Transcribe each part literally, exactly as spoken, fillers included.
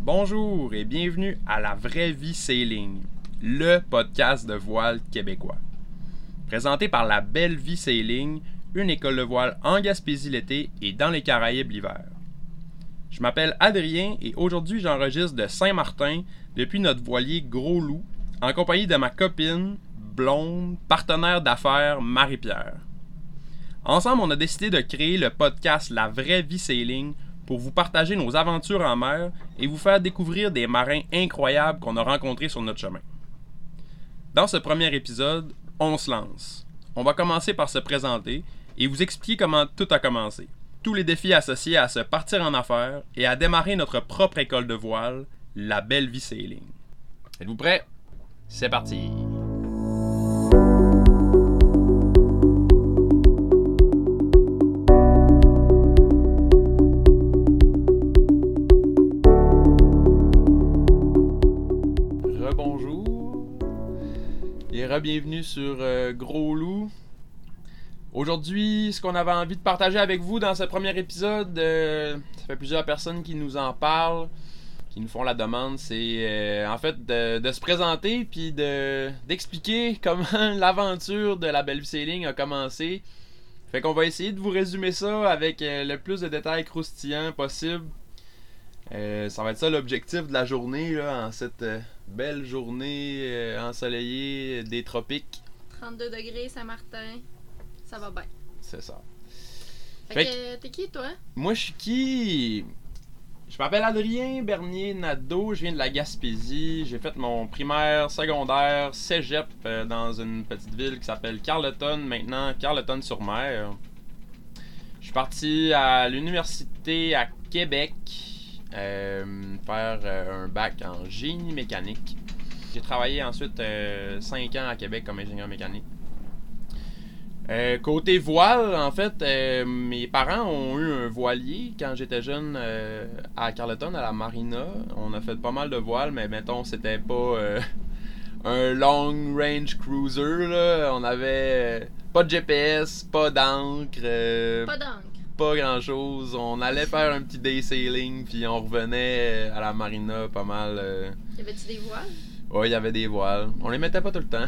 Bonjour et bienvenue à La Vraie Vie Sailing, le podcast de voile québécois. Présenté par La Belle Vie Sailing, une école de voile en Gaspésie l'été et dans les Caraïbes l'hiver. Je m'appelle Adrien et aujourd'hui j'enregistre de Saint-Martin depuis notre voilier Gros Loup en compagnie de ma copine, blonde, partenaire d'affaires Marie-Pierre. Ensemble, on a décidé de créer le podcast La Vraie Vie Sailing pour vous partager nos aventures en mer et vous faire découvrir des marins incroyables qu'on a rencontrés sur notre chemin. Dans ce premier épisode, on se lance. On va commencer par se présenter et vous expliquer comment tout a commencé. Tous les défis associés à se partir en affaires et à démarrer notre propre école de voile, La Belle Vie Sailing. Êtes-vous prêts? C'est parti! Et bienvenue sur euh, Gros Loup. Aujourd'hui, ce qu'on avait envie de partager avec vous dans ce premier épisode, euh, ça fait plusieurs personnes qui nous en parlent, qui nous font la demande, c'est euh, en fait de, de se présenter puis de, d'expliquer comment l'aventure de La Belle Vie Sailing a commencé. Fait qu'on va essayer de vous résumer ça avec euh, le plus de détails croustillants possible. Euh, ça va être ça l'objectif de la journée, là, en cette euh, belle journée euh, ensoleillée euh, des tropiques. trente-deux degrés, Saint-Martin, ça va bien. C'est ça. Fait, Fait que, t'es qui, toi? Moi, je suis qui? Je m'appelle Adrien Bernier-Nadeau, je viens de la Gaspésie. J'ai fait mon primaire, secondaire, cégep euh, dans une petite ville qui s'appelle Carleton, maintenant Carleton-sur-Mer. Je suis parti à l'université à Québec. Euh, faire euh, un bac en génie mécanique. J'ai travaillé ensuite cinq euh, ans à Québec comme ingénieur mécanique. Euh, côté voile, en fait, euh, mes parents ont eu un voilier quand j'étais jeune euh, à Carleton, à la Marina. On a fait pas mal de voiles, mais mettons, c'était pas euh, un long range cruiser, là. On avait euh, pas de G P S, pas d'encre. Euh, pas d'encre. Pas grand chose, on allait faire un petit day sailing puis on revenait à la marina pas mal. Euh... Y avait-tu des voiles? Ouais, il y avait des voiles. On les mettait pas tout le temps.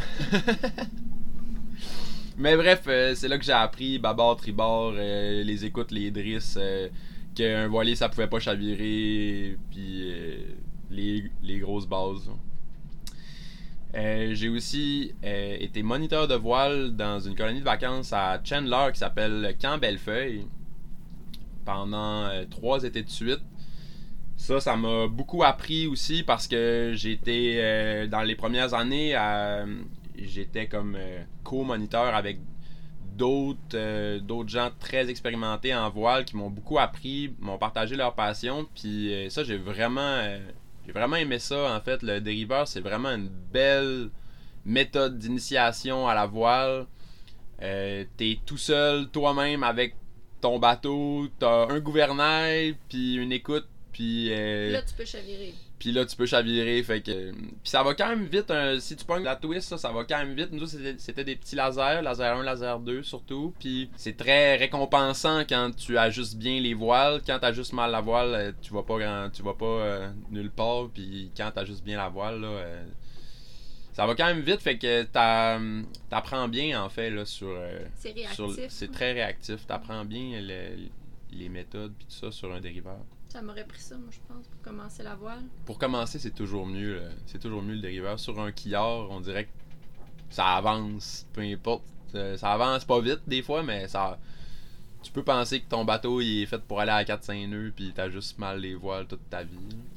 Mais bref, euh, c'est là que j'ai appris bâbord, tribord, euh, les écoutes, les drisses, euh, qu'un voilier ça pouvait pas chavirer, puis euh, les, les grosses bases. Euh, j'ai aussi euh, été moniteur de voile dans une colonie de vacances à Chandler qui s'appelle Camp Bellefeuille pendant euh, trois étés de suite. Ça, ça m'a beaucoup appris aussi parce que j'étais euh, dans les premières années, euh, j'étais comme euh, co-moniteur avec d'autres, euh, d'autres gens très expérimentés en voile qui m'ont beaucoup appris, m'ont partagé leur passion. Puis euh, ça, j'ai vraiment, euh, j'ai vraiment aimé ça en fait. Le dériveur, c'est vraiment une belle méthode d'initiation à la voile. Euh, t'es tout seul, toi-même, avec ton bateau, t'as un gouvernail, puis une écoute, puis... Euh, là, tu peux chavirer. Puis là, tu peux chavirer, fait que... Puis ça va quand même vite, hein, si tu pognes la twist, ça, ça va quand même vite. Nous, c'était, c'était des petits lasers, laser un, laser deux surtout, puis c'est très récompensant quand tu ajustes bien les voiles. Quand tu ajustes mal la voile, tu vas pas, grand, tu vas pas euh, nulle part, puis quand tu ajustes bien la voile, là... Euh, ça va quand même vite, fait que t'as, t'apprends bien en fait là sur. Euh, c'est réactif. Sur, c'est très réactif. T'apprends bien le, les méthodes puis tout ça sur un dériveur. Ça m'aurait pris ça, moi je pense, pour commencer la voile. Pour commencer, c'est toujours mieux. Là. C'est toujours mieux le dériveur. Sur un quillard, on dirait que ça avance, peu importe. Ça avance pas vite des fois, mais ça. Tu peux penser que ton bateau il est fait pour aller à quatre cinq nœuds puis t'as juste mal les voiles toute ta vie. Là.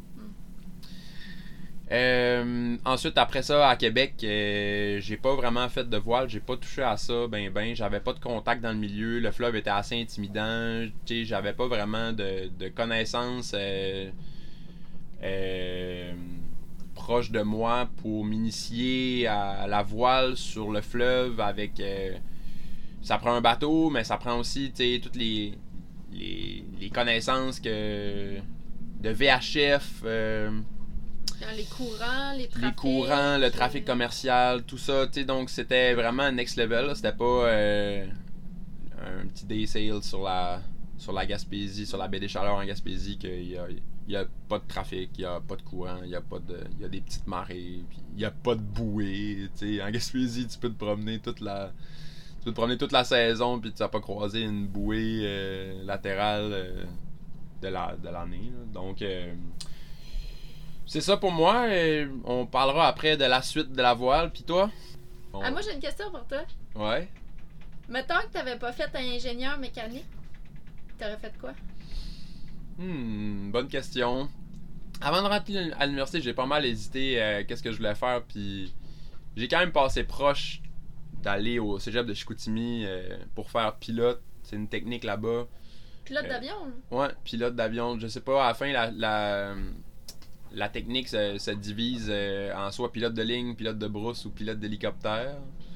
Euh, ensuite, après ça, à Québec, euh, j'ai pas vraiment fait de voile, j'ai pas touché à ça, ben ben, j'avais pas de contact dans le milieu, le fleuve était assez intimidant, tu sais, j'avais pas vraiment de, de connaissances euh, euh, proches de moi pour m'initier à la voile sur le fleuve avec... Euh, ça prend un bateau, mais ça prend aussi, tu sais, toutes les, les, les connaissances que de V H F... Euh, Dans les courants, les trafics. Les courants, le trafic commercial, tout ça, tu sais, donc c'était vraiment next level, là. C'était pas euh, un petit day sail sur la, sur la Gaspésie, sur la baie des Chaleurs en Gaspésie, qu'il y a, il n'y a pas de trafic, il n'y a pas de courant, il y a pas de. Il y a des petites marées, puis il n'y a pas de bouée. T'sais, en Gaspésie, tu peux te promener toute la. Tu peux te promener toute la saison, puis tu n'as pas croisé une bouée euh, latérale euh, de, la, de l'année. Là. Donc, euh, c'est ça pour moi. Euh, on parlera après de la suite de la voile. Puis toi? On... Ah, moi, j'ai une question pour toi. Ouais. Mettons que t'avais pas fait un ingénieur mécanique, t'aurais fait quoi? Hmm, bonne question. Avant de rentrer à l'université, j'ai pas mal hésité euh, qu'est-ce que je voulais faire, puis j'ai quand même passé proche d'aller au cégep de Chicoutimi euh, pour faire pilote. C'est une technique là-bas. Pilote Euh, d'avion? Ouais, pilote d'avion. Je sais pas, à la fin, la, la, la technique se, se divise euh, en soit pilote de ligne, pilote de brousse ou pilote d'hélicoptère.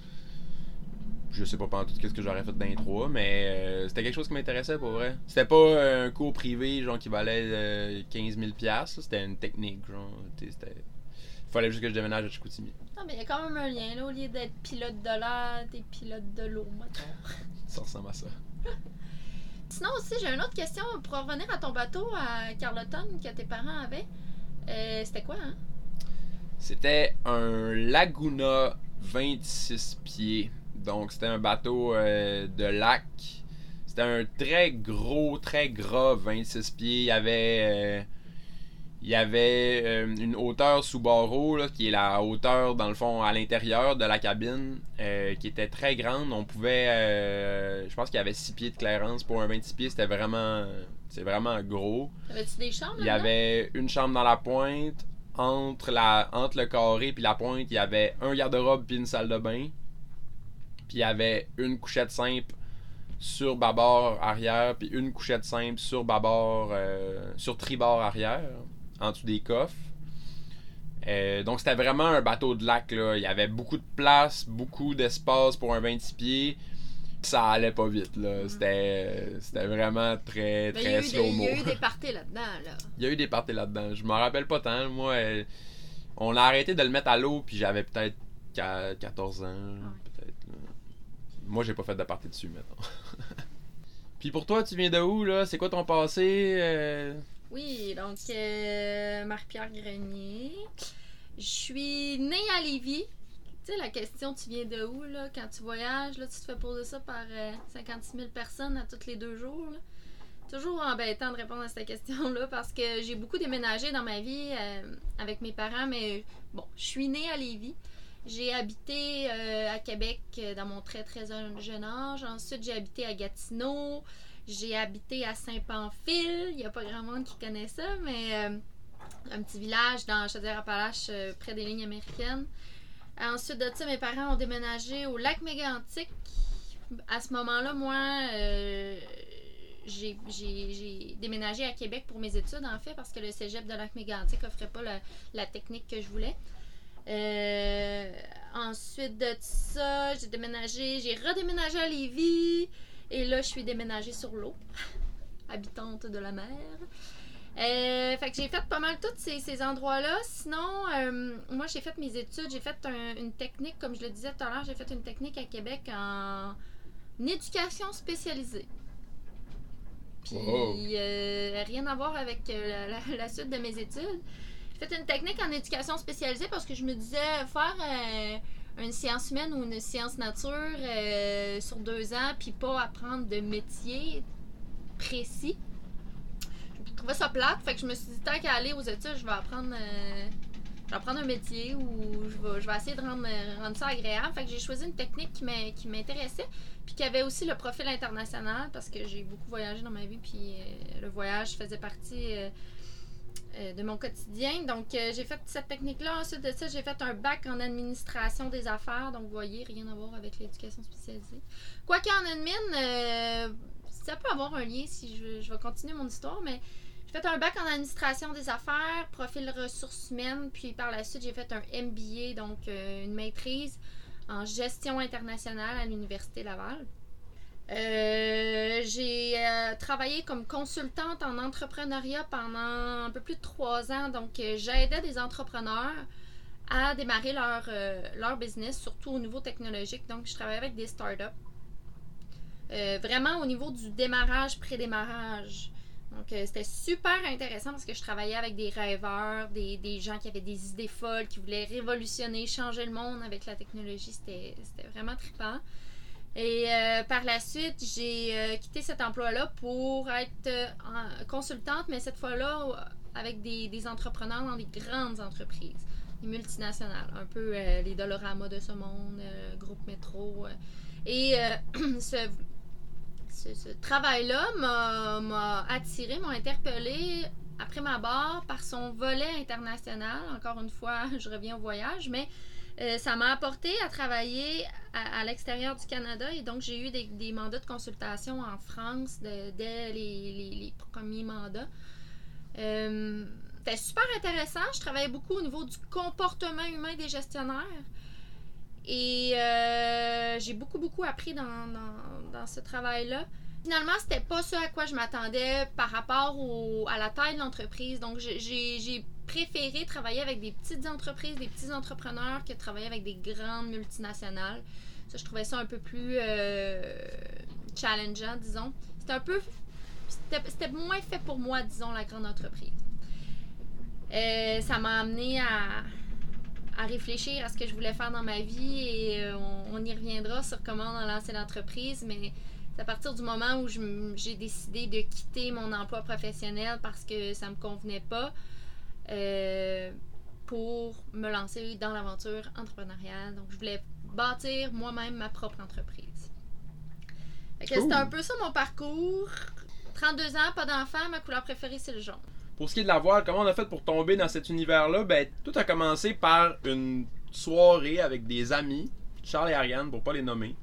Je sais pas pendant tout qu'est-ce que j'aurais fait dans les trois, mais euh, c'était quelque chose qui m'intéressait pour vrai. C'était pas euh, un cours privé genre qui valait euh, quinze mille dollars, c'était une technique genre, c'était fallait juste que je déménage à Chicoutimi. Non, mais il y a quand même un lien là, au lieu d'être pilote de l'air, t'es pilote de l'eau, mettons. Ça ressemble à ça. Sinon aussi, j'ai une autre question pour revenir à ton bateau à Carleton que tes parents avaient. Euh, c'était quoi, hein? C'était un Laguna vingt-six pieds. Donc, c'était un bateau euh, de lac. C'était un très gros, très gras vingt-six pieds. Il y avait, euh, il y avait euh, une hauteur sous barreau, là, qui est la hauteur, dans le fond, à l'intérieur de la cabine, euh, qui était très grande. On pouvait... Euh, je pense qu'il y avait six pieds de clairance pour un vingt-six pieds. C'était vraiment... C'est vraiment gros. Avais-tu des chambres Il y là-dedans? avait une chambre dans la pointe. Entre, la, entre le carré puis la pointe, il y avait un garde-robe puis une salle de bain. Puis il y avait une couchette simple sur bâbord arrière, puis une couchette simple sur bâbord, euh, sur tribord arrière, en dessous des coffres. Euh, donc c'était vraiment un bateau de lac, là. Il y avait beaucoup de place, beaucoup d'espace pour un vingt-six pieds. Ça allait pas vite, là. Mm-hmm. C'était, c'était vraiment très, très Mais slow-mo. Il y a eu des parties là-dedans, là. Il y a eu des parties là-dedans. Je m'en rappelle pas tant. Moi, euh, on a arrêté de le mettre à l'eau, puis j'avais peut-être quatorze ans, ouais. peut-être. Là. Moi, j'ai pas fait de partie dessus, mettons. Puis pour toi, tu viens de où, là? C'est quoi ton passé? Euh... Oui, donc, euh, Marie-Pierre Grenier. Je suis née à Lévis. Tu sais, la question, tu viens de où, là? Quand tu voyages, là, tu te fais poser ça par euh, cinquante-six mille personnes à tous les deux jours, là. Toujours embêtant de répondre à cette question-là parce que j'ai beaucoup déménagé dans ma vie euh, avec mes parents, mais bon, je suis née à Lévis. J'ai habité euh, à Québec dans mon très très jeune âge. Ensuite, j'ai habité à Gatineau. J'ai habité à Saint-Pamphile. Il n'y a pas grand monde qui connaît ça, mais euh, un petit village dans Chaudière-Appalaches euh, près des lignes américaines. Ensuite de ça, mes parents ont déménagé au lac Mégantic. À ce moment-là, moi, euh, j'ai, j'ai, j'ai déménagé à Québec pour mes études, en fait, parce que le cégep de lac Mégantic n'offrait pas la, la technique que je voulais. Euh, ensuite de ça, j'ai déménagé, j'ai redéménagé à Lévis et là je suis déménagée sur l'eau, habitante de la mer. Euh, fait que j'ai fait pas mal tous ces, ces endroits-là. Sinon, euh, moi j'ai fait mes études, j'ai fait un, une technique, comme je le disais tout à l'heure, j'ai fait une technique à Québec en éducation spécialisée. Puis wow. euh, rien à voir avec euh, la, la, la suite de mes études. J'ai fait une technique en éducation spécialisée parce que je me disais faire euh, une science humaine ou une science nature euh, sur deux ans puis pas apprendre de métier précis. Je trouvais ça plate, fait que je me suis dit tant qu'à aller aux études, je vais apprendre, euh, je vais apprendre un métier ou je vais, je vais essayer de rendre, rendre ça agréable. Fait que j'ai choisi une technique qui, m'a, qui m'intéressait puis qui avait aussi le profil international parce que j'ai beaucoup voyagé dans ma vie puis euh, le voyage faisait partie... Euh, Euh, de mon quotidien. Donc, euh, j'ai fait cette technique-là. Ensuite de ça, j'ai fait un bac en administration des affaires. Donc, vous voyez, rien à voir avec l'éducation spécialisée. Quoique en admin, euh, ça peut avoir un lien si je, je vais continuer mon histoire, mais j'ai fait un bac en administration des affaires, profil ressources humaines, puis par la suite, j'ai fait un M B A, donc euh, une maîtrise en gestion internationale à l'Université Laval. Euh, j'ai euh, travaillé comme consultante en entrepreneuriat pendant un peu plus de trois ans. Donc, euh, j'aidais des entrepreneurs à démarrer leur, euh, leur business, surtout au niveau technologique. Donc, je travaillais avec des startups. Euh, vraiment au niveau du démarrage, pré-démarrage. Donc, euh, c'était super intéressant parce que je travaillais avec des rêveurs, des, des gens qui avaient des idées folles, qui voulaient révolutionner, changer le monde avec la technologie. C'était, c'était vraiment trippant. Et euh, par la suite, j'ai euh, quitté cet emploi-là pour être euh, consultante, mais cette fois-là avec des, des entrepreneurs dans des grandes entreprises, des multinationales, un peu euh, les Dollarama de ce monde, euh, Groupe Métro. Euh, et euh, ce... Ce, ce travail-là m'a, m'a attiré, m'a interpellé après ma barre par son volet international. Encore une fois, je reviens au voyage, mais euh, ça m'a apporté à travailler à, à l'extérieur du Canada et donc j'ai eu des, des mandats de consultation en France de, dès les, les, les premiers mandats. Euh, c'était super intéressant. Je travaillais beaucoup au niveau du comportement humain des gestionnaires. Et euh, j'ai beaucoup, beaucoup appris dans, dans, dans ce travail-là. Finalement, c'était pas ce à quoi je m'attendais par rapport au, à la taille de l'entreprise. Donc, j'ai, j'ai préféré travailler avec des petites entreprises, des petits entrepreneurs que de travailler avec des grandes multinationales. Ça, je trouvais ça un peu plus euh, challengeant, disons. C'était un peu... C'était, c'était moins fait pour moi, disons, la grande entreprise. Euh, ça m'a amené à... à réfléchir à ce que je voulais faire dans ma vie et euh, on, on y reviendra sur comment on a lancé l'entreprise, mais c'est à partir du moment où je, j'ai décidé de quitter mon emploi professionnel parce que ça me convenait pas euh, pour me lancer dans l'aventure entrepreneuriale. Donc, je voulais bâtir moi-même ma propre entreprise. Fait que c'était un peu ça mon parcours. trente-deux ans, pas d'enfant, ma couleur préférée c'est le jaune. Pour ce qui est de la voile, comment on a fait pour tomber dans cet univers-là? Ben, tout a commencé par une soirée avec des amis, Charles et Ariane, pour pas les nommer.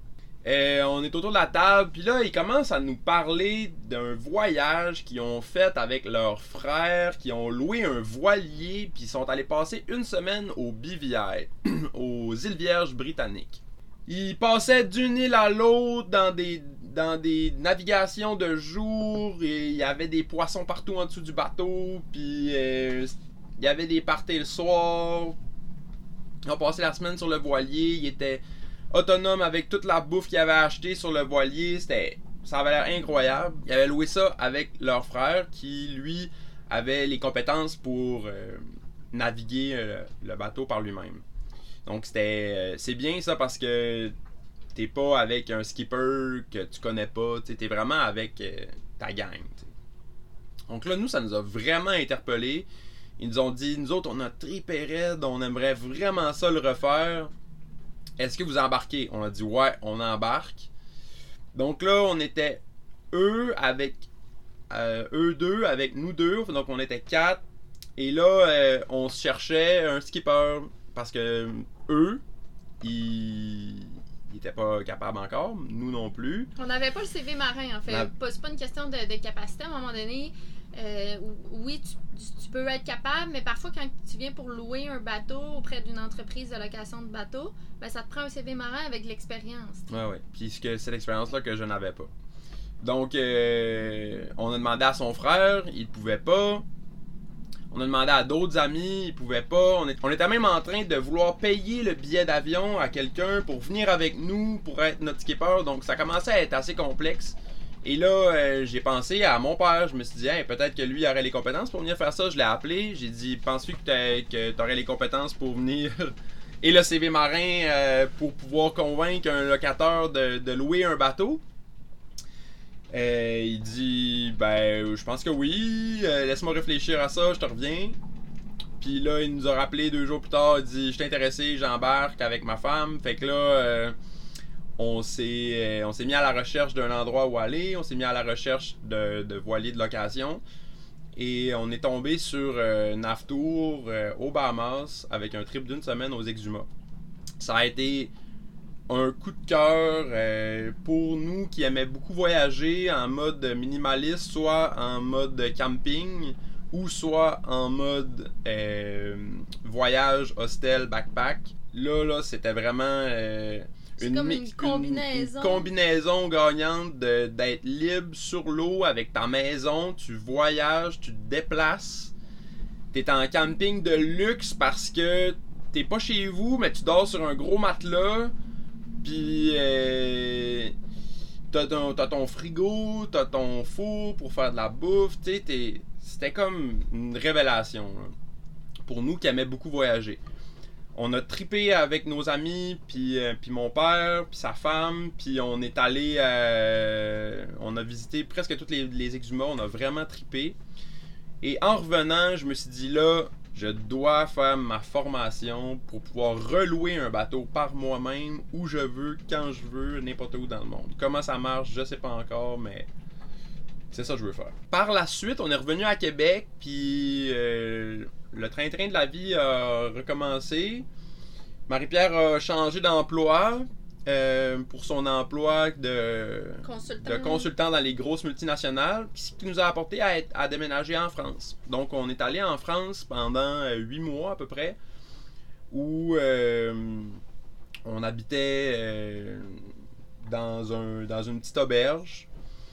Et on est autour de la table, puis là, ils commencent à nous parler d'un voyage qu'ils ont fait avec leurs frères, qui ont loué un voilier, puis ils sont allés passer une semaine au B V I, aux îles Vierges britanniques. Ils passaient d'une île à l'autre dans des... dans des navigations de jour, et il y avait des poissons partout en dessous du bateau, puis euh, il y avait des parties le soir. Ils ont passé la semaine sur le voilier, ils étaient autonomes avec toute la bouffe qu'ils avaient achetée sur le voilier, c'était, ça avait l'air incroyable. Ils avaient loué ça avec leur frère qui, lui, avait les compétences pour euh, naviguer euh, le bateau par lui-même. Donc c'était, euh, c'est bien ça parce que t'es pas avec un skipper que tu connais pas, t'es vraiment avec euh, ta gang. T'sais. Donc là, nous, ça nous a vraiment interpellés. Ils nous ont dit, nous autres, on a tripé raide, on aimerait vraiment ça le refaire. Est-ce que vous embarquez? On a dit, ouais, on embarque. Donc là, on était eux avec euh, eux deux, avec nous deux, donc on était quatre. Et là, euh, on se cherchait un skipper parce que eux, ils... ils n'étaient pas capables encore, nous non plus. On n'avait pas le C V marin, en fait. A... C'est pas une question de, de capacité. À un moment donné, euh, oui, tu, tu peux être capable, mais parfois, quand tu viens pour louer un bateau auprès d'une entreprise de location de bateau, ben, ça te prend un C V marin avec de l'expérience. Oui, oui. Puis c'est l'expérience-là que je n'avais pas. Donc, euh, on a demandé à son frère, il ne pouvait pas. On a demandé à d'autres amis, ils pouvaient pas. On, est, on était même en train de vouloir payer le billet d'avion à quelqu'un pour venir avec nous, pour être notre skipper. Donc ça commençait à être assez complexe. Et là, euh, j'ai pensé à mon père. Je me suis dit, hey, peut-être que lui aurait les compétences pour venir faire ça. Je l'ai appelé. J'ai dit, penses-tu que tu aurais les compétences pour venir et le C V marin euh, pour pouvoir convaincre un locateur de, de louer un bateau? Euh, il dit, ben, je pense que oui, euh, laisse-moi réfléchir à ça, je te reviens. Puis là, il nous a rappelé deux jours plus tard, il dit, je suis intéressé, j'embarque avec ma femme. Fait que là, euh, on s'est euh, on s'est mis à la recherche d'un endroit où aller, on s'est mis à la recherche de, de voiliers de location. Et on est tombé sur euh, Navtour euh, aux Bahamas avec un trip d'une semaine aux Exumas. Ça a été un coup de cœur euh, pour nous qui aimaient beaucoup voyager en mode minimaliste, soit en mode camping ou soit en mode euh, voyage, hostel, backpack. Là, là, c'était vraiment euh, une, comme une, combinaison. Une, une combinaison gagnante de, d'être libre sur l'eau avec ta maison, tu voyages, tu te déplaces. T'es en camping de luxe parce que t'es pas chez vous, mais tu dors sur un gros matelas. Puis, euh, t'as ton, t'as ton frigo, t'as ton four pour faire de la bouffe, tu sais, c'était comme une révélation là, pour nous qui aimaient beaucoup voyager. On a trippé avec nos amis, puis euh, puis mon père, puis sa femme, puis on est allé, euh, on a visité presque tous les, les exhumas, on a vraiment trippé. Et en revenant, je me suis dit là, je dois faire ma formation pour pouvoir relouer un bateau par moi-même, où je veux, quand je veux, n'importe où dans le monde. Comment ça marche, je sais pas encore, mais c'est ça que je veux faire. Par la suite, on est revenu à Québec, puis euh, le train-train de la vie a recommencé. Marie-Pierre a changé d'emploi euh, pour son emploi de consultant. de consultant dans les grosses multinationales, ce qui nous a apporté à, être, à déménager en France. Donc, on est allé en France pendant huit mois à peu près, où euh, on habitait euh, dans, un, dans une petite auberge.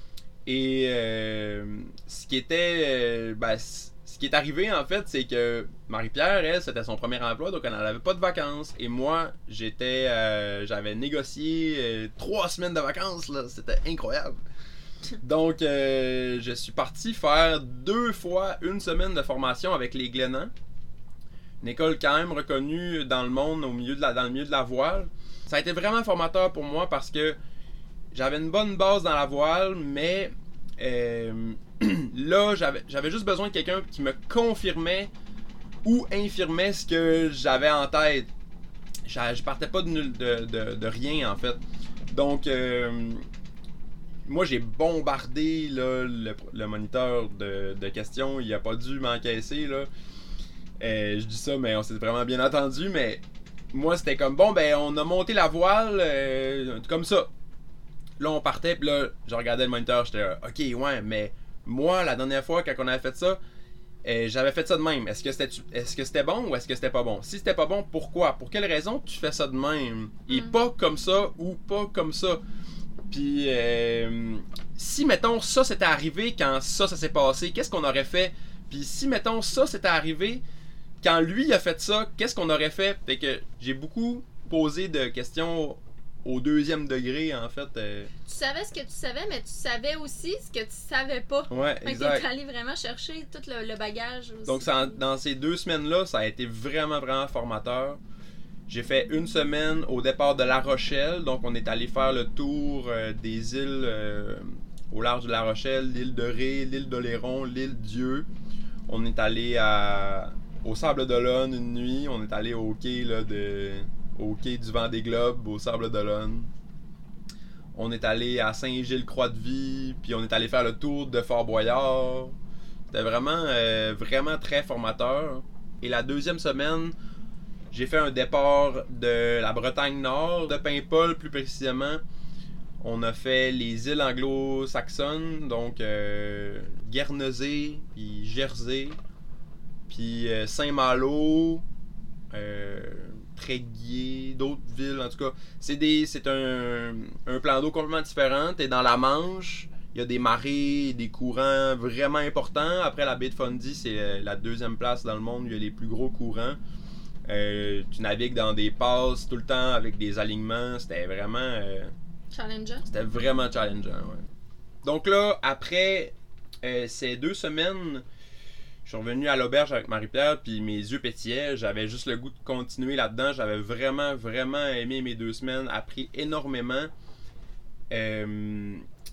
Et euh, ce qui était... Euh, ben, ce qui est arrivé, en fait, c'est que Marie-Pierre, elle, c'était son premier emploi, donc elle n'avait pas de vacances. Et moi, j'étais... Euh, j'avais négocié euh, trois semaines de vacances, là. C'était incroyable. Donc, euh, je suis parti faire deux fois une semaine de formation avec les Glénans. Une école quand même reconnue dans le monde, au milieu de la, dans le milieu de la voile. Ça a été vraiment formateur pour moi parce que j'avais une bonne base dans la voile, mais euh, là, j'avais, j'avais juste besoin de quelqu'un qui me confirmait ou infirmait ce que j'avais en tête. Je, je partais pas de, de, de, de rien, en fait. Donc, euh, moi, j'ai bombardé là, le, le moniteur de, de questions. Il a pas dû m'encaisser, là. Euh, je dis ça, mais on s'est vraiment bien entendu, mais moi, c'était comme, bon, ben, on a monté la voile euh, comme ça. Là, on partait, puis là, je regardais le moniteur, j'étais là, ok, ouais, mais moi, la dernière fois, quand on avait fait ça, euh, j'avais fait ça de même. Est-ce que c'était est-ce que c'était bon ou est-ce que c'était pas bon? Si c'était pas bon, pourquoi? Pour quelle raison tu fais ça de même? Et mm. pas comme ça ou pas comme ça. Puis, euh, si, mettons, ça s'était arrivé quand ça, ça s'est passé, qu'est-ce qu'on aurait fait? Puis, si, mettons, ça s'était arrivé quand lui a fait ça, qu'est-ce qu'on aurait fait? Fait que j'ai beaucoup posé de questions au deuxième degré, en fait. Euh... Tu savais ce que tu savais, mais tu savais aussi ce que tu savais pas. Ouais, exact. Fait que t'es allé vraiment chercher tout le, le bagage aussi. Donc, ça, dans ces deux semaines-là, ça a été vraiment, vraiment formateur. J'ai fait une semaine au départ de La Rochelle. Donc, on est allé faire le tour euh, des îles euh, au large de La Rochelle, l'île de Ré, l'île d'Oléron, l'île Dieu. On est allé à, au Sable d'Olonne une nuit. On est allé au quai là, de... au quai du Vendée Globe, au Sable d'Olonne. On est allé à Saint-Gilles-Croix-de-Vie, puis on est allé faire le tour de Fort-Boyard. C'était vraiment, euh, vraiment très formateur. Et la deuxième semaine, j'ai fait un départ de la Bretagne Nord, de Paimpol plus précisément. On a fait les îles anglo-saxonnes, donc euh, Guernesey, puis Jersey, puis euh, Saint-Malo, euh, Tréguier, d'autres villes en tout cas. C'est des c'est un, un plan d'eau complètement différent. T'es dans la Manche, il y a des marées, des courants vraiment importants. Après la baie de Fundy, c'est la deuxième place dans le monde où il y a les plus gros courants. Euh, tu navigues dans des passes tout le temps avec des alignements. C'était vraiment... Euh, challengeant. C'était vraiment challengeant, ouais. Donc là, après euh, ces deux semaines... Je suis revenu à l'auberge avec Marie-Pierre, puis mes yeux pétillaient. J'avais juste le goût de continuer là-dedans. J'avais vraiment, vraiment aimé mes deux semaines, appris énormément. Euh,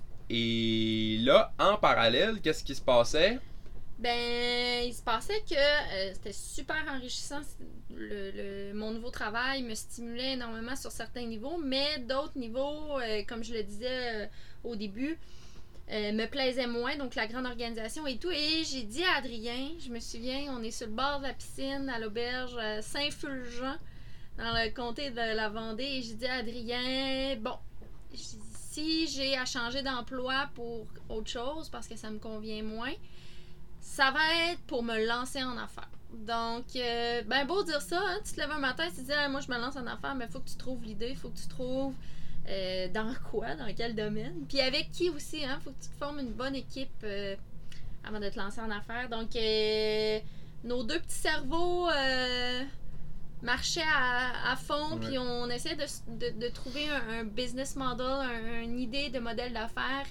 et là, en parallèle, qu'est-ce qui se passait? Ben, il se passait que euh, c'était super enrichissant. Le, le, mon nouveau travail me stimulait énormément sur certains niveaux, mais d'autres niveaux, euh, comme je le disais euh, au début, Euh, me plaisait moins, donc la grande organisation et tout. Et j'ai dit à Adrien, je me souviens, on est sur le bord de la piscine à l'auberge à Saint-Fulgent, dans le comté de la Vendée, et j'ai dit à Adrien, bon, si j'ai à changer d'emploi pour autre chose, parce que ça me convient moins, ça va être pour me lancer en affaires. Donc, euh, ben beau dire ça, hein, tu te lèves un matin et tu te dis, ah, moi je me lance en affaires, mais il faut que tu trouves l'idée, il faut que tu trouves Euh, dans quoi, dans quel domaine, puis avec qui aussi, hein, faut que tu te formes une bonne équipe euh, avant de te lancer en affaires. Donc, euh, nos deux petits cerveaux euh, marchait à, à fond, Ouais. puis on essayait de, de, de trouver un, un business model, un, une idée de modèle d'affaires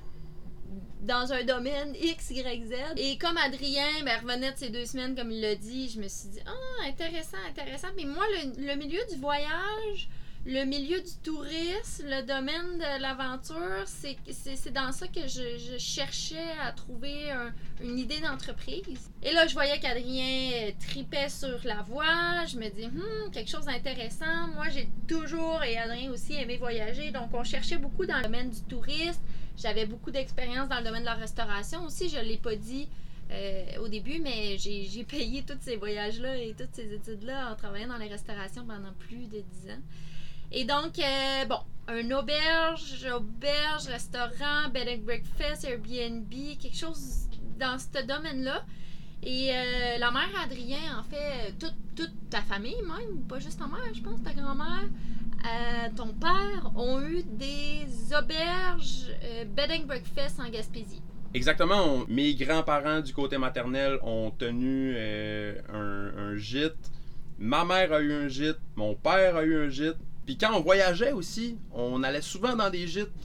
dans un domaine X, Y, Z. Et comme Adrien ben, revenait de ces deux semaines, comme il l'a dit, je me suis dit, ah, intéressant, intéressant. Mais moi, le, le milieu du voyage, le milieu du tourisme, le domaine de l'aventure, c'est, c'est, c'est dans ça que je, je cherchais à trouver un, une idée d'entreprise. Et là, je voyais qu'Adrien tripait sur la voie. Je me dis, hmm, quelque chose d'intéressant. Moi, j'ai toujours, et Adrien aussi, aimé voyager. Donc, on cherchait beaucoup dans le domaine du tourisme. J'avais beaucoup d'expérience dans le domaine de la restauration aussi. Je ne l'ai pas dit euh, au début, mais j'ai, j'ai payé tous ces voyages-là et toutes ces études-là en travaillant dans les restaurations pendant plus de dix ans. Et donc, euh, bon, un auberge, auberge, restaurant, bed and breakfast, Airbnb, quelque chose dans ce domaine-là. Et euh, la mère Adrien, en fait, toute, toute ta famille même, pas juste ta mère, je pense, ta grand-mère, euh, ton père, ont eu des auberges, euh, bed and breakfast en Gaspésie. Exactement. On, mes grands-parents du côté maternel ont tenu euh, un, un gîte. Ma mère a eu un gîte. Mon père a eu un gîte. Puis quand on voyageait aussi, on allait souvent dans des gîtes.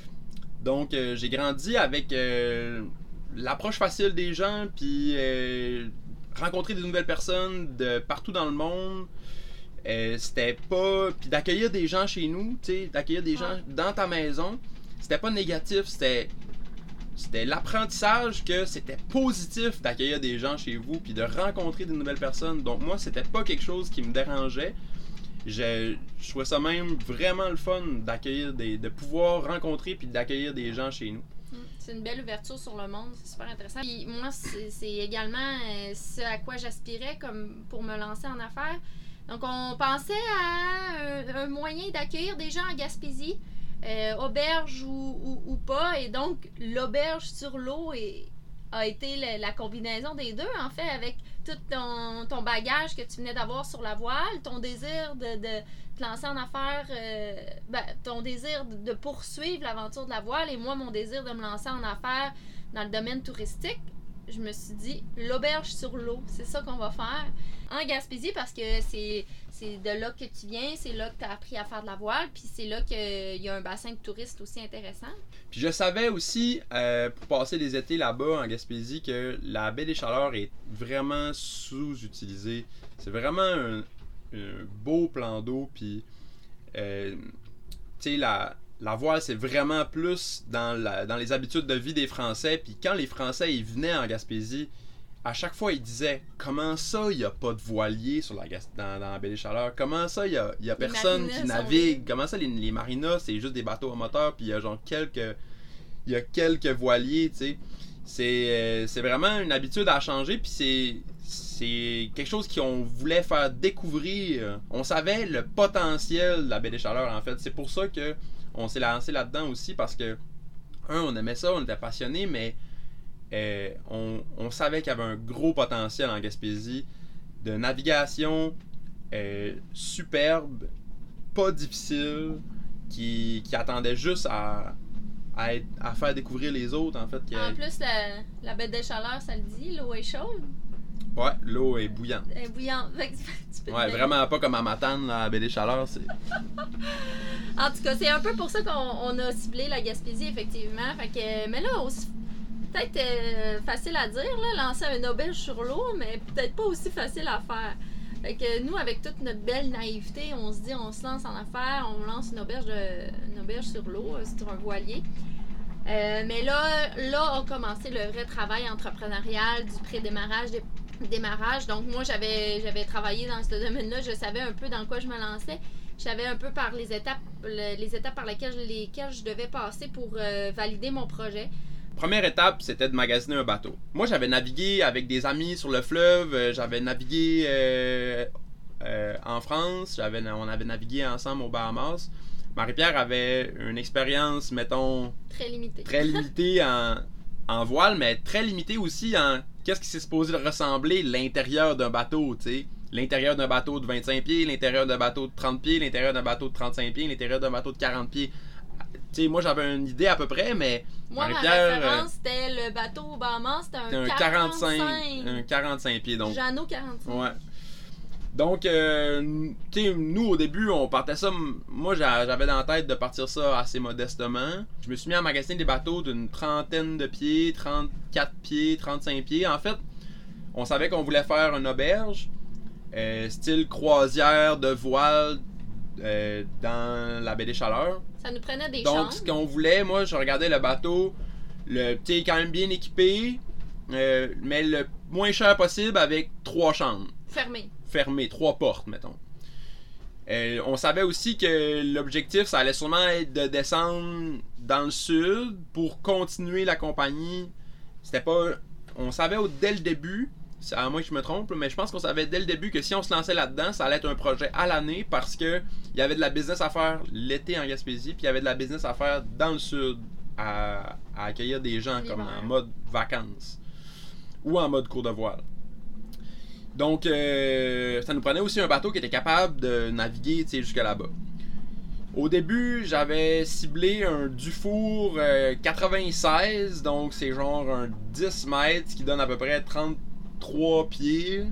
Donc euh, j'ai grandi avec euh, l'approche facile des gens, puis euh, rencontrer des nouvelles personnes de partout dans le monde. Euh, c'était pas... Puis d'accueillir des gens chez nous, tu sais, d'accueillir des gens dans ta maison, c'était pas négatif, c'était... C'était l'apprentissage que c'était positif d'accueillir des gens chez vous puis de rencontrer des nouvelles personnes. Donc moi, c'était pas quelque chose qui me dérangeait. Je, je trouvais ça même vraiment le fun d'accueillir des, de pouvoir rencontrer puis d'accueillir des gens chez nous. C'est une belle ouverture sur le monde, c'est super intéressant. Puis moi, c'est, c'est également euh, ce à quoi j'aspirais comme pour me lancer en affaires. Donc on pensait à un, un moyen d'accueillir des gens en Gaspésie, euh, auberge ou, ou, ou pas. Et donc l'auberge sur l'eau est, a été la, la combinaison des deux, en fait, avec tout ton, ton bagage que tu venais d'avoir sur la voile, ton désir de, de te lancer en affaires, euh, ben, ton désir de, de poursuivre l'aventure de la voile et moi, mon désir de me lancer en affaires dans le domaine touristique. Je me suis dit, l'auberge sur l'eau, c'est ça qu'on va faire en Gaspésie parce que c'est, c'est de là que tu viens, c'est là que tu as appris à faire de la voile, puis c'est là qu'il y a un bassin de touristes aussi intéressant. Puis je savais aussi, euh, pour passer les étés là-bas en Gaspésie, que la baie des Chaleurs est vraiment sous-utilisée. C'est vraiment un, un beau plan d'eau, puis euh, tu sais, la... La voile, c'est vraiment plus dans, la, dans les habitudes de vie des Français. Puis quand les Français ils venaient en Gaspésie, à chaque fois, ils disaient « Comment ça, il n'y a pas de voilier sur la Gas- dans, dans la baie des Chaleurs? Comment ça, il n'y a, y a personne qui navigue? Comment ça, les, les marinas, c'est juste des bateaux à moteur? Puis il y a genre quelques... Il y a quelques voiliers, tu sais. C'est, euh, c'est vraiment une habitude à changer. Puis c'est... C'est quelque chose qu'on voulait faire découvrir. On savait le potentiel de la baie des Chaleurs, en fait. C'est pour ça que on s'est lancé là-dedans aussi parce que, un, on aimait ça, on était passionnés, mais euh, on, on savait qu'il y avait un gros potentiel en Gaspésie de navigation euh, superbe, pas difficile, qui, qui attendait juste à, à, être, à faire découvrir les autres, en fait. En plus, la, la baie des Chaleurs, ça le dit, l'eau est chaude. Ouais, l'eau est bouillante. Elle est bouillante. Fait que tu peux Ouais, vraiment pas comme à Matane, là, à la baie des Chaleurs. C'est... En tout cas, c'est un peu pour ça qu'on on a ciblé la Gaspésie, effectivement. Fait que, mais là, aussi, peut-être euh, facile à dire, là, lancer un auberge sur l'eau, mais peut-être pas aussi facile à faire. Fait que nous, avec toute notre belle naïveté, on se dit, on se lance en affaires, on lance une auberge, de, une auberge sur l'eau, sur un voilier. Euh, mais là, là a commencé le vrai travail entrepreneurial du pré-démarrage, des démarrage. Donc moi, j'avais, j'avais travaillé dans ce domaine-là. Je savais un peu dans quoi je me lançais. Je savais un peu par les étapes, le, les étapes par lesquelles, lesquelles je devais passer pour euh, valider mon projet. Première étape, c'était de magasiner un bateau. Moi, j'avais navigué avec des amis sur le fleuve. euh, J'avais navigué euh, euh, en France. J'avais, on avait navigué ensemble aux Bahamas. Marie-Pierre avait une expérience, mettons, Très limitée. très limitée en, en voile, mais très limitée aussi en qu'est-ce qui s'est supposé ressembler l'intérieur d'un bateau, tu sais. L'intérieur d'un bateau de vingt-cinq pieds, l'intérieur d'un bateau de trente pieds, l'intérieur d'un bateau de trente-cinq pieds, l'intérieur d'un bateau de quarante pieds. Tu sais, moi, j'avais une idée à peu près, mais moi, ma Marie-Pierre, référence, euh, c'était le bateau au Bahamas, c'était un, c'était un quarante-cinq. quarante-cinq, un quarante-cinq pieds, donc. Jeannot quarante-cinq. Ouais. Donc, euh, tu sais, nous, au début, on partait ça... Moi, j'avais dans la tête de partir ça assez modestement. Je me suis mis à magasiner des bateaux d'une trentaine de pieds, trente-quatre pieds, trente-cinq pieds. En fait, on savait qu'on voulait faire une auberge, euh, style croisière de voile euh, dans la baie des Chaleurs. Ça nous prenait des Donc, chambres. ce qu'on voulait, moi, je regardais le bateau, le petit quand même bien équipé, euh, mais le moins cher possible avec trois chambres. Fermé. Fermées, trois portes, mettons. Euh, on savait aussi que l'objectif, ça allait sûrement être de descendre dans le sud pour continuer la compagnie. C'était pas... On savait au, dès le début, c'est à moins que je me trompe, mais je pense qu'on savait dès le début que si on se lançait là-dedans, ça allait être un projet à l'année parce que il y avait de la business à faire l'été en Gaspésie, puis il y avait de la business à faire dans le sud, à, à accueillir des gens comme en mode vacances ou en mode cours de voile. Donc, euh, ça nous prenait aussi un bateau qui était capable de naviguer jusque là-bas. Au début, j'avais ciblé un Dufour euh, quatre-vingt-seize, donc c'est genre un dix mètres, qui donne à peu près trente-trois pieds.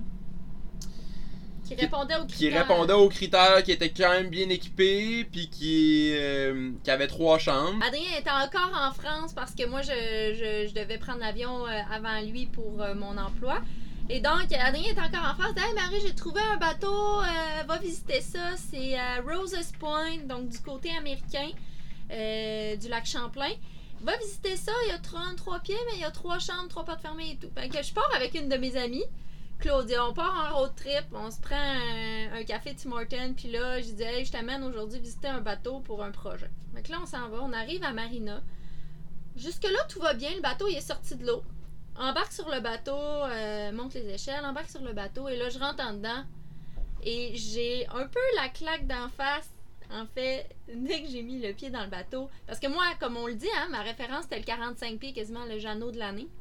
Qui répondait aux Qui critères. répondait aux critères, qui était quand même bien équipé, puis qui, euh, qui avait trois chambres. Adrien était encore en France parce que moi, je, je, je devais prendre l'avion euh, avant lui pour euh, mon emploi. Et donc, Adrien est encore en France. Hey Marie, j'ai trouvé un bateau, euh, va visiter ça. C'est à Roses Point, donc du côté américain euh, du lac Champlain. Va visiter ça, il y a trente-trois pieds, mais il y a trois chambres, trois portes fermées et tout. Fait que je pars avec une de mes amies, Claudia. On part en road trip, on se prend un, un café Tim Hortons, puis là, je dis, hey, je t'amène aujourd'hui visiter un bateau pour un projet. Fait que là, on s'en va, on arrive à Marina. Jusque-là, tout va bien, le bateau il est sorti de l'eau. Embarque sur le bateau, euh, monte les échelles, embarque sur le bateau, et là, je rentre en dedans. Et j'ai un peu la claque d'en face, en fait, dès que j'ai mis le pied dans le bateau. Parce que moi, comme on le dit, hein, ma référence, c'était le quarante-cinq pieds, quasiment le Jeannot de l'année.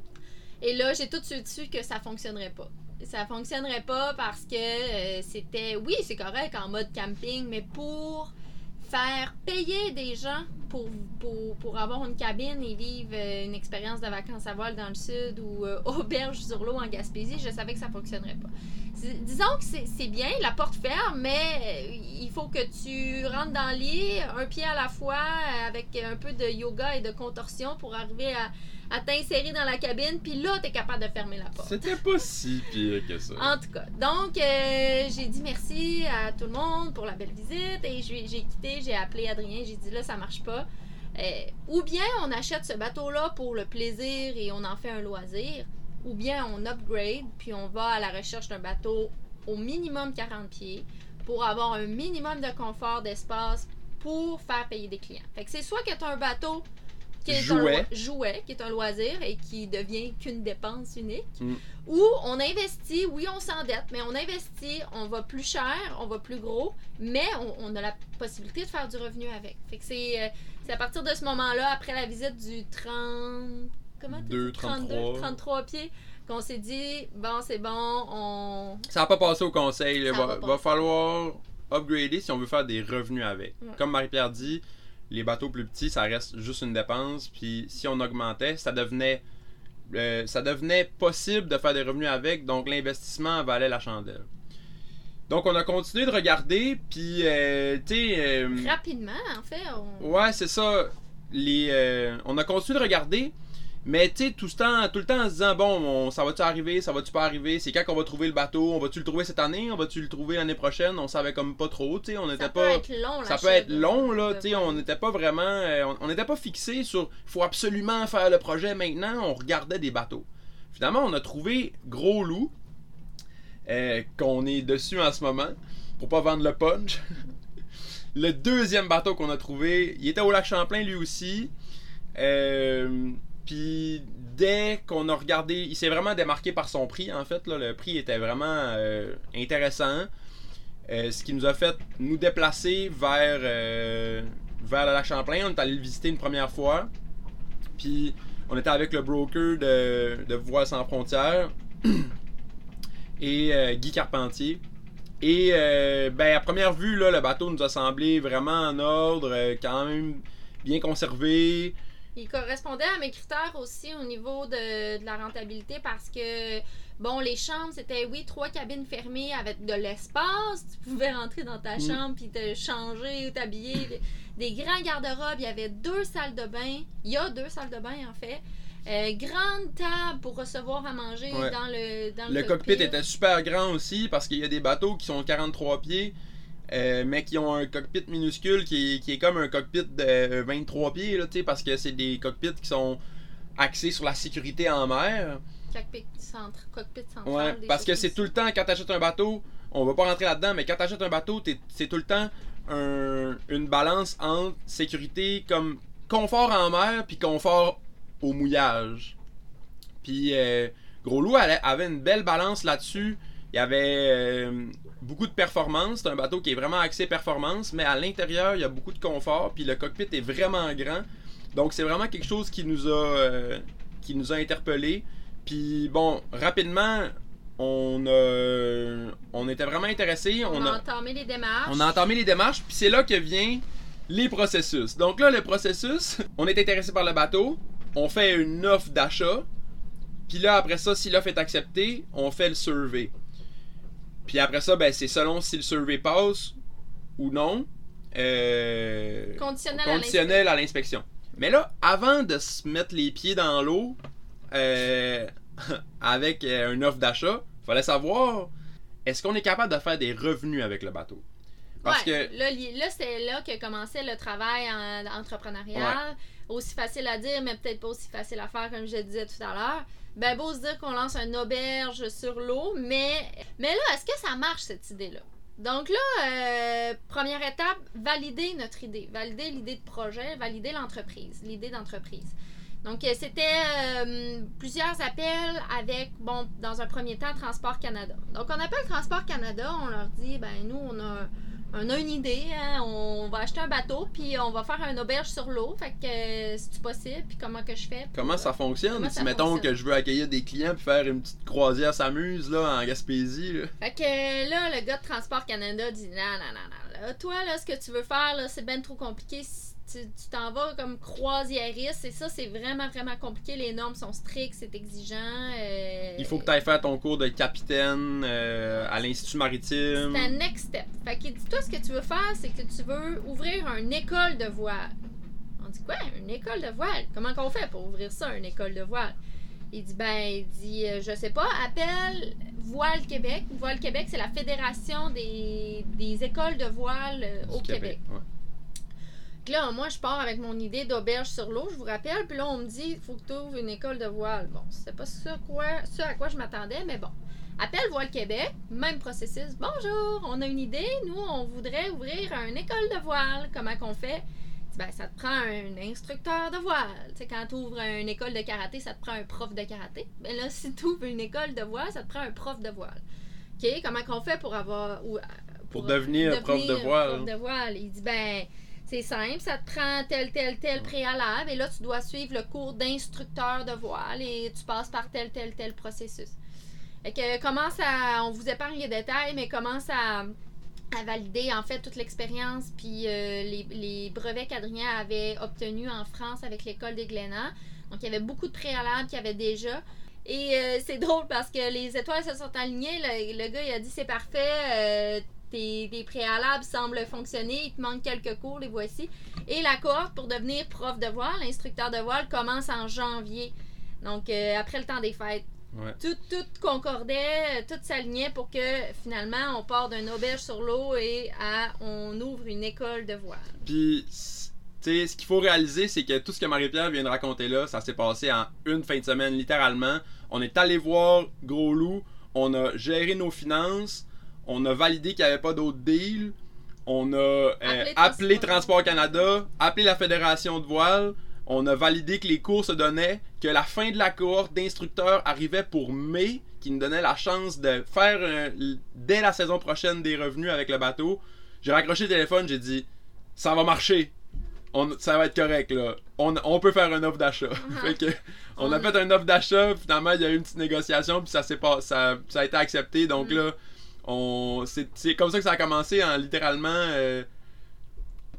Et là, j'ai tout de suite su que ça fonctionnerait pas. Ça fonctionnerait pas parce que euh, c'était... Oui, c'est correct en mode camping, mais pour faire payer des gens pour, pour, pour avoir une cabine et vivre euh, une expérience de vacances à voile dans le sud ou euh, auberge sur l'eau en Gaspésie, je savais que ça fonctionnerait pas. C'est, disons que c'est, c'est bien, la porte ferme, mais euh, il faut que tu rentres dans le lit, un pied à la fois, avec un peu de yoga et de contorsion pour arriver à, à t'insérer dans la cabine, puis là, t'es capable de fermer la porte. C'était pas si pire que ça. En tout cas, donc euh, j'ai dit merci à tout le monde pour la belle visite et j'ai, j'ai quitté, j'ai appelé Adrien, j'ai dit là, ça marche pas. Euh, ou bien on achète ce bateau-là pour le plaisir et on en fait un loisir, ou bien on upgrade puis on va à la recherche d'un bateau au minimum quarante pieds pour avoir un minimum de confort, d'espace pour faire payer des clients. Fait que c'est soit que tu as un bateau qui est Jouet. un jouet, qui est un loisir et qui devient qu'une dépense unique, Mm. ou on investit, oui on s'endette, mais on investit, on va plus cher, on va plus gros, mais on, on a la possibilité de faire du revenu avec. Fait que c'est, euh, c'est à partir de ce moment-là, après la visite du trente... Comment tu deux, dis? trente-deux, trente-trois. trente-trois pieds, qu'on s'est dit, bon c'est bon, on... Ça n'a pas passé au conseil. Il Ça va, va va pas. falloir upgrader si on veut faire des revenus avec. Ouais. Comme Marie-Pierre dit, les bateaux plus petits, ça reste juste une dépense. Puis si on augmentait, ça devenait, euh, ça devenait possible de faire des revenus avec. Donc l'investissement valait la chandelle. Donc on a continué de regarder. Puis, euh, tu sais... euh, Rapidement, en fait, on... Ouais, c'est ça. Les, euh, on a continué de regarder, mais tu sais, tout, ce temps, tout le temps en se disant, bon, on- ça va-tu arriver, ça va-tu pas arriver, c'est quand qu'on va trouver le bateau, on va-tu le trouver cette année, on va-tu le trouver l'année prochaine, on savait comme pas trop, tu sais, on ça n'était peut pas... être long, Ça la peut être chaîne long, de- là, de tu sais, voile. on n'était pas vraiment... euh, on- on n'était pas fixé sur, faut absolument faire le projet maintenant, on regardait des bateaux. Finalement, on a trouvé Gros Loup, euh, qu'on est dessus en ce moment, pour pas vendre le punch. Le deuxième bateau qu'on a trouvé, il était au lac Champlain lui aussi. Euh, Puis dès qu'on a regardé, il s'est vraiment démarqué par son prix en fait. Là, le prix était vraiment euh, intéressant. Euh, ce qui nous a fait nous déplacer vers, euh, vers le lac Champlain. On est allé le visiter une première fois. Puis on était avec le broker de, de Voile sans frontières et euh, Guy Carpentier. Et euh, ben, à première vue, là, le bateau nous a semblé vraiment en ordre, euh, quand même bien conservé. Il correspondait à mes critères aussi au niveau de, de la rentabilité parce que Bon, les chambres, c'était, oui, trois cabines fermées avec de l'espace. Tu pouvais rentrer dans ta mm. chambre puis te changer ou t'habiller. Des grands garde-robes. Il y avait deux salles de bain. Il y a deux salles de bain, en fait. Euh, grande table pour recevoir à manger ouais. dans le dans le, le cockpit. cockpit était super grand aussi parce qu'il y a des bateaux qui sont quarante-trois pieds, euh, mais qui ont un cockpit minuscule qui est, qui est comme un cockpit de vingt-trois pieds, là, parce que c'est des cockpits qui sont axés sur la sécurité en mer. Cockpit, centre, cockpit central. Ouais, parce que c'est tout le temps, quand tu achètes un bateau, on va pas rentrer là-dedans, mais quand tu achètes un bateau, c'est tout le temps un, une balance entre sécurité comme confort en mer puis confort au mouillage. Puis euh, Gros Loup avait une belle balance là-dessus. Il y avait euh, beaucoup de performance. C'est un bateau qui est vraiment axé performance, mais à l'intérieur, il y a beaucoup de confort. Puis le cockpit est vraiment grand. Donc c'est vraiment quelque chose qui nous a, euh, qui nous a interpellés. Puis bon, rapidement, on a, on était vraiment intéressés. On, on a a entamé les démarches. On a entamé les démarches. Puis c'est là que vient les processus. Donc là, le processus, on est intéressé par le bateau. On fait une offre d'achat, puis là, après ça, si l'offre est acceptée, on fait le survey. Puis après ça, ben, c'est selon si le survey passe ou non. Euh, conditionnel, conditionnel à l'inspection. Mais là, avant de se mettre les pieds dans l'eau euh, avec euh, une offre d'achat, il fallait savoir, est-ce qu'on est capable de faire des revenus avec le bateau? Parce ouais, que là, là c'est là que commençait le travail en, entrepreneurial. Ouais. Aussi facile à dire, mais peut-être pas aussi facile à faire, comme je le disais tout à l'heure. Ben, beau se dire qu'on lance une auberge sur l'eau, mais, mais là, est-ce que ça marche, cette idée-là? Donc là, euh, première étape, valider notre idée. Valider l'idée de projet, valider l'entreprise, l'idée d'entreprise. Donc, c'était euh, plusieurs appels avec, bon, dans un premier temps, Transport Canada. Donc, on appelle Transport Canada, on leur dit, ben nous, on a... On a une idée, hein? On va acheter un bateau, puis on va faire une auberge sur l'eau. Fait que euh, c'est-tu possible? Puis comment que je fais? Pour, comment ça fonctionne? Comment si ça mettons fonctionne? Que je veux accueillir des clients puis faire une petite croisière s'amuse là en Gaspésie. Là. Fait que là, le gars de Transport Canada dit non, non, non, non. Là, toi, là, ce que tu veux faire, là, c'est bien trop compliqué. Tu, tu t'en vas comme croisiériste, et ça, c'est vraiment, vraiment compliqué. Les normes sont strictes, c'est exigeant. Euh... Il faut que tu ailles faire ton cours de capitaine euh, à l'Institut maritime. C'est un next step. Fait qu'il dit, toi, ce que tu veux faire, c'est que tu veux ouvrir une école de voile. On dit quoi? Une école de voile? Comment qu'on fait pour ouvrir ça, une école de voile? Il dit, ben, il dit, euh, je sais pas, appelle Voile Québec. Voile Québec, c'est la fédération des, des écoles de voile euh, au Québec. Québec. Ouais. Là, moi, je pars avec mon idée d'auberge sur l'eau, je vous rappelle, puis là, on me dit, il faut que tu ouvres une école de voile. Bon, c'est pas ce, quoi, ce à quoi je m'attendais, mais bon. Appelle Voile Québec, même processus. Bonjour, on a une idée, nous, on voudrait ouvrir une école de voile. Comment qu'on fait? Ben, ça te prend un instructeur de voile. Tu sais, quand tu ouvres une école de karaté, ça te prend un prof de karaté. Ben là, si tu ouvres une école de voile, ça te prend un prof de voile. OK? Comment qu'on fait pour avoir... Ou, pour, pour devenir, devenir prof de voile. prof de voile. Il dit, ben... C'est simple, ça te prend tel, tel, tel préalable et là, tu dois suivre le cours d'instructeur de voile et tu passes par tel, tel, tel processus. Fait que commence à... On vous épargne les détails, mais commence à, à valider, en fait, toute l'expérience puis euh, les, les brevets qu'Adrien avait obtenus en France avec l'école des Glénats. Donc, il y avait beaucoup de préalables qu'il y avait déjà. Et euh, c'est drôle parce que les étoiles se sont alignées. Le, le gars, il a dit, c'est parfait, euh, Tes, tes préalables semblent fonctionner, il te manque quelques cours, les voici. Et la cohorte pour devenir prof de voile, instructeur de voile, commence en janvier. Donc, euh, après le temps des fêtes. Ouais. Tout, tout concordait, tout s'alignait pour que finalement, on part d'une auberge sur l'eau et à, on ouvre une école de voile. Puis, tu sais, ce qu'il faut réaliser, c'est que tout ce que Marie-Pierre vient de raconter là, ça s'est passé en une fin de semaine, littéralement. On est allé voir Gros Loup, on a géré nos finances. On a validé qu'il n'y avait pas d'autres deals. On a euh, appelé, appelé Transport Canada, appelé la Fédération de voile. On a validé que les cours se donnaient, que la fin de la cohorte d'instructeurs arrivait pour mai, qui nous donnait la chance de faire euh, dès la saison prochaine des revenus avec le bateau. J'ai raccroché le téléphone, j'ai dit « Ça va marcher. On, ça va être correct. là. On, on peut faire une offre d'achat. Uh-huh. » Fait que, on a fait une offre d'achat, finalement il y a eu une petite négociation, puis ça, s'est pas, ça, ça a été accepté. Donc mm. là, On, c'est, c'est comme ça que ça a commencé en littéralement euh,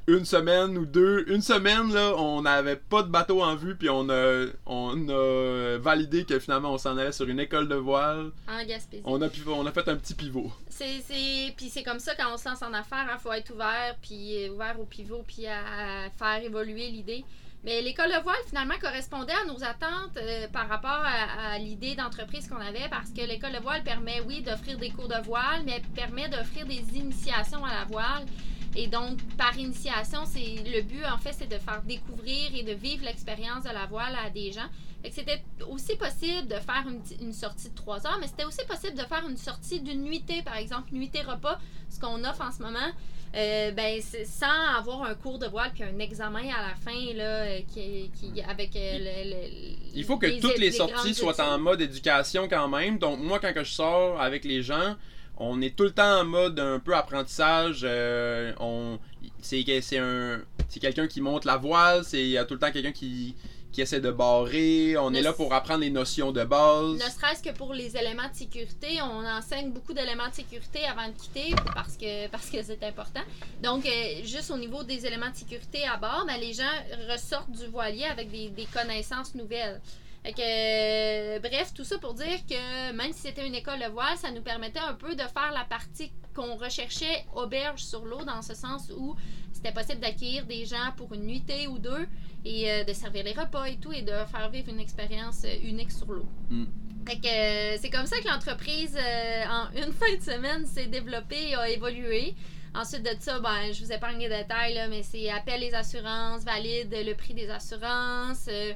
une semaine ou deux. Une semaine, là, on n'avait pas de bateau en vue, puis on a, on a validé que finalement on s'en allait sur une école de voile. En Gaspésie. On a, pivot, on a fait un petit pivot. C'est, c'est... Puis c'est comme ça quand on se lance en affaires, il hein, faut être ouvert, puis ouvert au pivot, puis à, à faire évoluer l'idée. Mais l'école de voile, finalement, correspondait à nos attentes euh, par rapport à, à l'idée d'entreprise qu'on avait, parce que l'école de voile permet, oui, d'offrir des cours de voile, mais permet d'offrir des initiations à la voile. Et donc, par initiation, c'est le but, en fait, c'est de faire découvrir et de vivre l'expérience de la voile à des gens. Fait que c'était aussi possible de faire une, une sortie de trois heures, mais c'était aussi possible de faire une sortie d'une nuitée, par exemple, nuitée repas, ce qu'on offre en ce moment. Euh, ben, sans avoir un cours de voile puis un examen à la fin là, qui, qui, avec euh, le, le, il faut que les, toutes les, les sorties soient études. En mode éducation quand même. Donc moi, quand que je sors avec les gens, on est tout le temps en mode un peu apprentissage. Euh, on, c'est, c'est, un, c'est quelqu'un qui monte la voile, c'est, il y a tout le temps quelqu'un qui... qui essaie de barrer, on ne est là pour apprendre les notions de base. Ne serait-ce que pour les éléments de sécurité, on enseigne beaucoup d'éléments de sécurité avant de quitter parce que parce que c'est important. Donc, euh, juste au niveau des éléments de sécurité à bord, ben, les gens ressortent du voilier avec des, des connaissances nouvelles. Fait que, euh, bref, tout ça pour dire que même si c'était une école de voile, ça nous permettait un peu de faire la partie qu'on recherchait auberge sur l'eau, dans ce sens où c'était possible d'accueillir des gens pour une nuitée ou deux et euh, de servir les repas et tout et de faire vivre une expérience unique sur l'eau. Mm. Fait que euh, c'est comme ça que l'entreprise, euh, en une fin de semaine, s'est développée et a évolué. Ensuite de ça, ben, je vous épargne les détails, là, mais c'est appel les assurances, valide le prix des assurances, euh,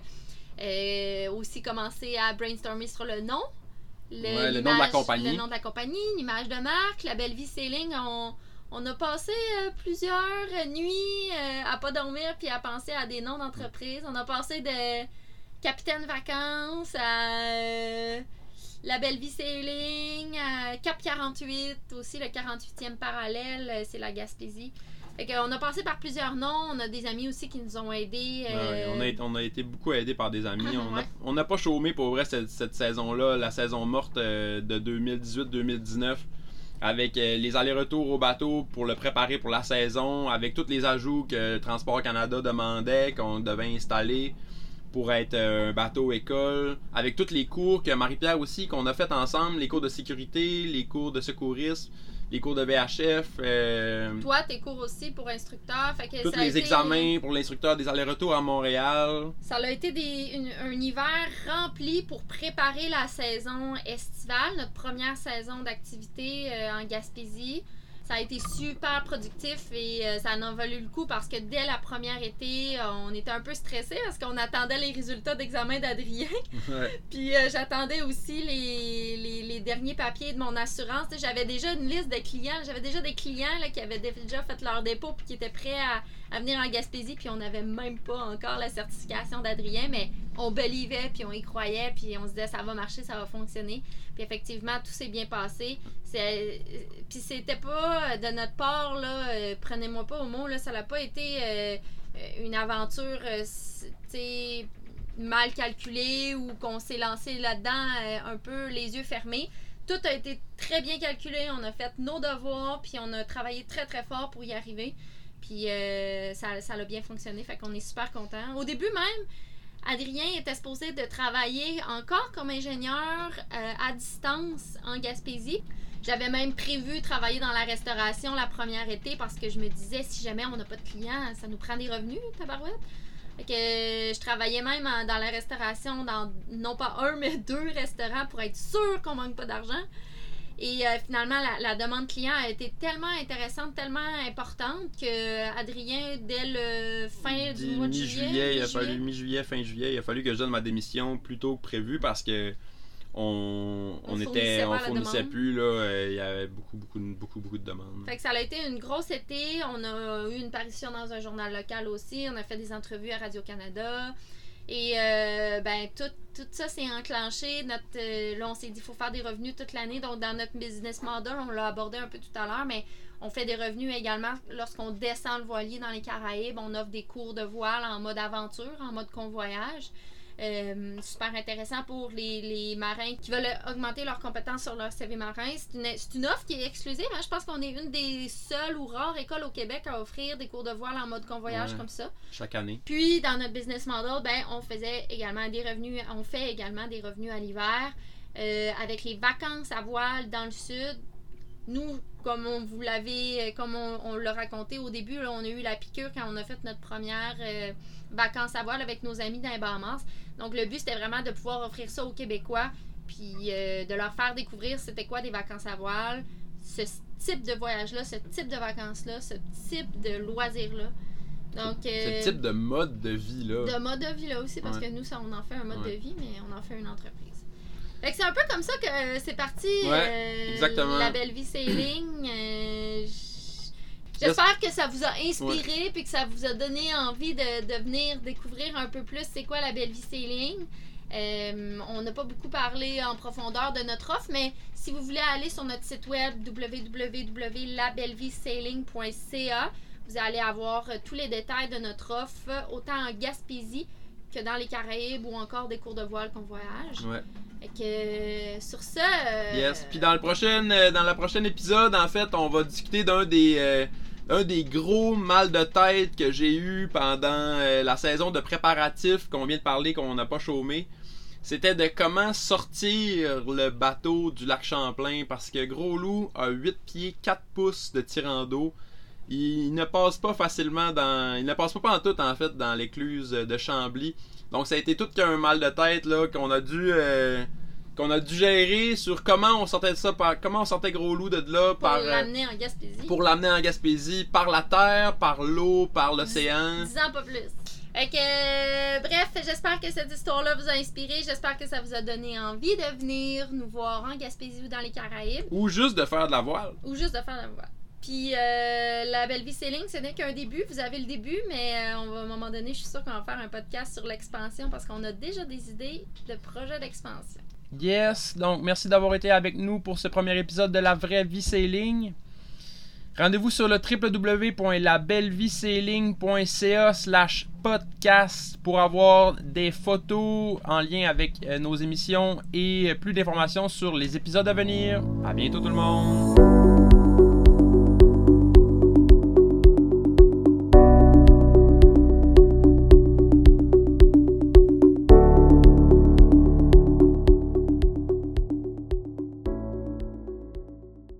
euh, aussi commencer à brainstormer sur le nom. Le, ouais, le nom de la compagnie. Le nom de la compagnie, l'image de marque, la Belle Vie Sailing. On, on a passé euh, plusieurs nuits euh, à pas dormir puis à penser à des noms d'entreprise. On a passé de Capitaine Vacances à euh, la Belle Vie Sailing, à Cap quarante-huit, aussi le quarante-huitième parallèle, c'est la Gaspésie. Fait qu'on a passé par plusieurs noms, on a des amis aussi qui nous ont aidés. Euh... Ouais, on, a, on a été beaucoup aidés par des amis. On n'a ouais. pas chômé pour vrai cette, cette saison-là, la saison morte euh, de deux mille dix-huit deux mille dix-neuf, avec euh, les allers-retours au bateau pour le préparer pour la saison, avec tous les ajouts que Transport Canada demandait, qu'on devait installer pour être euh, un bateau école, avec tous les cours que Marie-Pierre aussi, qu'on a fait ensemble, les cours de sécurité, les cours de secourisme, les cours de V H F. Euh, Toi, tes cours aussi pour instructeur. Fait que tous ça les a été, examens pour l'instructeur des allers-retours à Montréal. Ça a été des, une, un hiver rempli pour préparer la saison estivale, notre première saison d'activité euh, en Gaspésie. Ça a été super productif et euh, ça en a valu le coup parce que dès la première été, on était un peu stressés parce qu'on attendait les résultats d'examen d'Adrien. Ouais. Puis euh, j'attendais aussi les, les, les derniers papiers de mon assurance. T'sais, j'avais déjà une liste de clients. J'avais déjà des clients là, qui avaient déjà fait leur dépôt et qui étaient prêts à, à venir en Gaspésie. Puis on n'avait même pas encore la certification d'Adrien, mais on believait puis on y croyait. Puis on se disait ça va marcher, ça va fonctionner. Puis effectivement, tout s'est bien passé. C'est, puis c'était pas de notre part, là, euh, prenez-moi pas au mot, là, ça n'a pas été euh, une aventure euh, t'sais, mal calculée ou qu'on s'est lancé là-dedans euh, un peu les yeux fermés. Tout a été très bien calculé, on a fait nos devoirs, puis on a travaillé très très fort pour y arriver. Puis euh, ça, ça a bien fonctionné, fait qu'on est super contents. Au début même, Adrien était supposé de travailler encore comme ingénieur euh, à distance en Gaspésie. J'avais même prévu travailler dans la restauration la première été parce que je me disais, si jamais on n'a pas de clients, ça nous prend des revenus, tabarouette. Fait que je travaillais même en, dans la restauration dans non pas un, mais deux restaurants pour être sûr qu'on manque pas d'argent. Et euh, finalement, la, la demande client a été tellement intéressante, tellement importante que Adrien, dès le fin du mois de juillet... mi-juillet, il a fallu mi-juillet, fin juillet, il a fallu que je donne ma démission plus tôt que prévu parce que on, on, on était, on fournissait plus, là, euh, il y avait beaucoup, beaucoup, beaucoup, beaucoup de demandes. Fait que ça a été une grosse été, on a eu une parution dans un journal local aussi, on a fait des entrevues à Radio-Canada. Et euh, ben tout, tout ça s'est enclenché. Notre, euh, là, on s'est dit qu'il faut faire des revenus toute l'année. Donc, dans notre business model, on l'a abordé un peu tout à l'heure, mais on fait des revenus également lorsqu'on descend le voilier dans les Caraïbes. On offre des cours de voile en mode aventure, en mode convoyage. Euh, super intéressant pour les, les marins qui veulent augmenter leurs compétences sur leur C V marin. C'est une, c'est une offre qui est exclusive. Hein? Je pense qu'on est une des seules ou rares écoles au Québec à offrir des cours de voile en mode convoyage ouais, comme ça. Chaque année. Puis, dans notre business model, ben, on faisait également des revenus, on fait également des revenus à l'hiver euh, avec les vacances à voile dans le sud. Nous, comme on vous l'avait, comme on, on l'a raconté au début, là, on a eu la piqûre quand on a fait notre première euh, vacances à voile avec nos amis dans les Bahamas. Donc, le but, c'était vraiment de pouvoir offrir ça aux Québécois, puis euh, de leur faire découvrir c'était quoi des vacances à voile, ce type de voyage-là, ce type de vacances-là, ce type de loisirs-là. Donc, euh, ce type de mode de vie-là. De mode de vie-là aussi, parce ouais. que nous, ça, on en fait un mode ouais. de vie, mais on en fait une entreprise. Fait que c'est un peu comme ça que c'est parti, ouais, euh, la Belle Vie Sailing. Euh, J'espère que ça vous a inspiré puis ouais. que ça vous a donné envie de, de venir découvrir un peu plus c'est quoi la Belle Vie Sailing. Euh, on n'a pas beaucoup parlé en profondeur de notre offre, mais si vous voulez aller sur notre site web w w w point la belle vie sailing point c a, vous allez avoir tous les détails de notre offre, autant en Gaspésie que dans les Caraïbes ou encore des cours de voile convoyage. Ouais. Fait que, euh, sur ça... Euh, yes. Puis dans le prochain, euh, dans le prochain épisode, en fait, on va discuter d'un des, euh, un des gros mal de tête que j'ai eu pendant euh, la saison de préparatifs qu'on vient de parler, qu'on n'a pas chômé. C'était de comment sortir le bateau du lac Champlain, parce que Gros Loup a huit pieds, quatre pouces de tirant d'eau. Il ne passe pas facilement dans... Il ne passe pas pantoute, en fait, dans l'écluse de Chambly. Donc, ça a été tout qu'un mal de tête, là, qu'on a dû... Euh, qu'on a dû gérer sur comment on sortait de ça, par, comment on sortait Gros Loup de là. Pour par, l'amener en Gaspésie. Pour l'amener en Gaspésie, par la terre, par l'eau, par l'océan. Dix ans, pas plus. Fait que, euh, bref, j'espère que cette histoire-là vous a inspiré. J'espère que ça vous a donné envie de venir nous voir en Gaspésie ou dans les Caraïbes. Ou juste de faire de la voile. Ou juste de faire de la voile. Puis euh, la Belle Vie Sailing, ce n'est qu'un début. Vous avez le début, mais euh, on va, à un moment donné, je suis sûre qu'on va faire un podcast sur l'expansion parce qu'on a déjà des idées de projets d'expansion. Yes, donc merci d'avoir été avec nous pour ce premier épisode de La Vraie Vie Sailing. Rendez-vous sur le w w w point la belle vie sailing point c a slash podcast pour avoir des photos en lien avec euh, nos émissions et plus d'informations sur les épisodes à venir. À bientôt tout le monde!